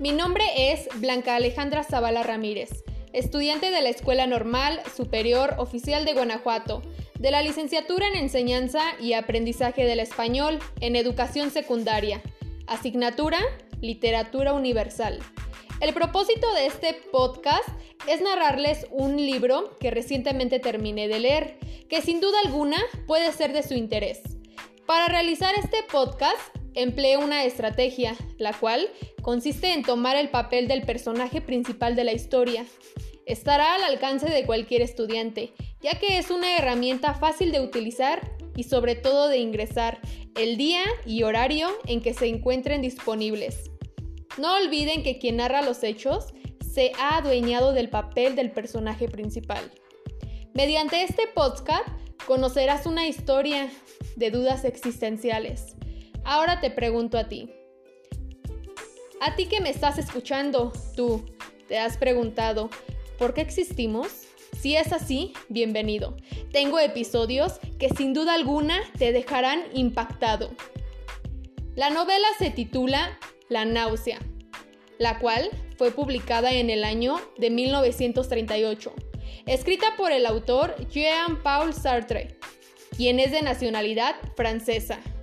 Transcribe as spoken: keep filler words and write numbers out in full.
Mi nombre es Blanca Alejandra Zavala Ramírez, estudiante de la Escuela Normal Superior Oficial de Guanajuato, de la Licenciatura en Enseñanza y Aprendizaje del Español en Educación Secundaria, asignatura Literatura Universal. El propósito de este podcast es narrarles un libro que recientemente terminé de leer, que sin duda alguna puede ser de su interés. Para realizar este podcast, empleé una estrategia, la cual consiste en tomar el papel del personaje principal de la historia. Estará al alcance de cualquier estudiante, ya que es una herramienta fácil de utilizar y sobre todo de ingresar el día y horario en que se encuentren disponibles. No olviden que quien narra los hechos se ha adueñado del papel del personaje principal. Mediante este podcast conocerás una historia de dudas existenciales. Ahora te pregunto a ti. A ti que me estás escuchando, tú, ¿te has preguntado ¿por qué existimos? Si es así, bienvenido. Tengo episodios que sin duda alguna te dejarán impactado. La novela se titula La náusea, la cual fue publicada en el año de mil novecientos treinta y ocho, escrita por el autor Jean-Paul Sartre, quien es de nacionalidad francesa.